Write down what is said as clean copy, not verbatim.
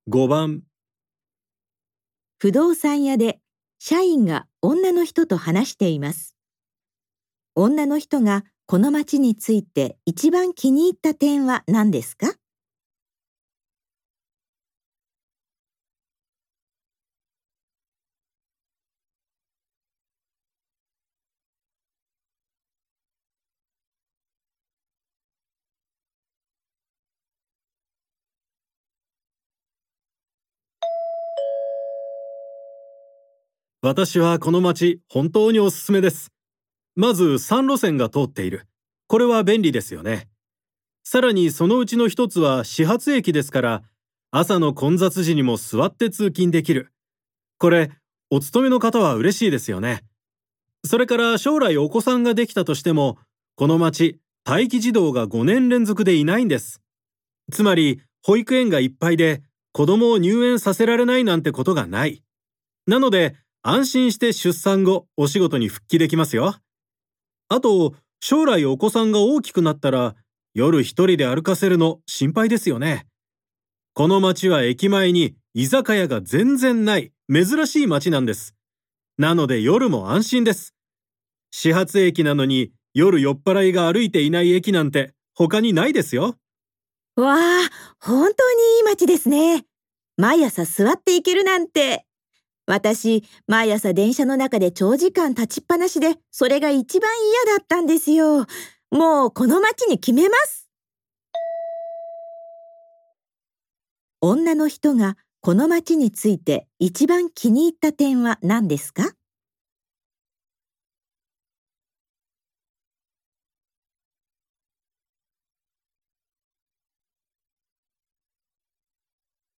5番、 不動産屋で社員が女の人と話しています。女の人がこの町について一番気に入った点は何ですか？ 私はこの町本当におすすめです。まず3路線が通っている。これは便利ですよね。さらにそのうちの一つは始発駅ですから、朝の混雑時にも座って通勤できる。これ、お勤めの方は嬉しいですよね。それから将来お子さんができたとしても、この町、待機児童が5年連続でいないんです。つまり、保育園がいっぱいで、子供を入園させられないなんてことがない。なので、安心して出産後、お仕事に復帰できますよ。あと、将来お子さんが大きくなったら、夜一人で歩かせるの心配ですよね。この町は駅前に居酒屋が全然ない珍しい町なんです。なので夜も安心です。始発駅なのに夜酔っ払いが歩いていない駅なんて他にないですよ。 わあ、本当にいい街ですね。毎朝座っていけるなんて。私、毎朝電車の中で長時間立ちっぱなしで、それが一番嫌だったんですよ。もうこの街に決めます。女の人がこの街について一番気に入った点は何ですか？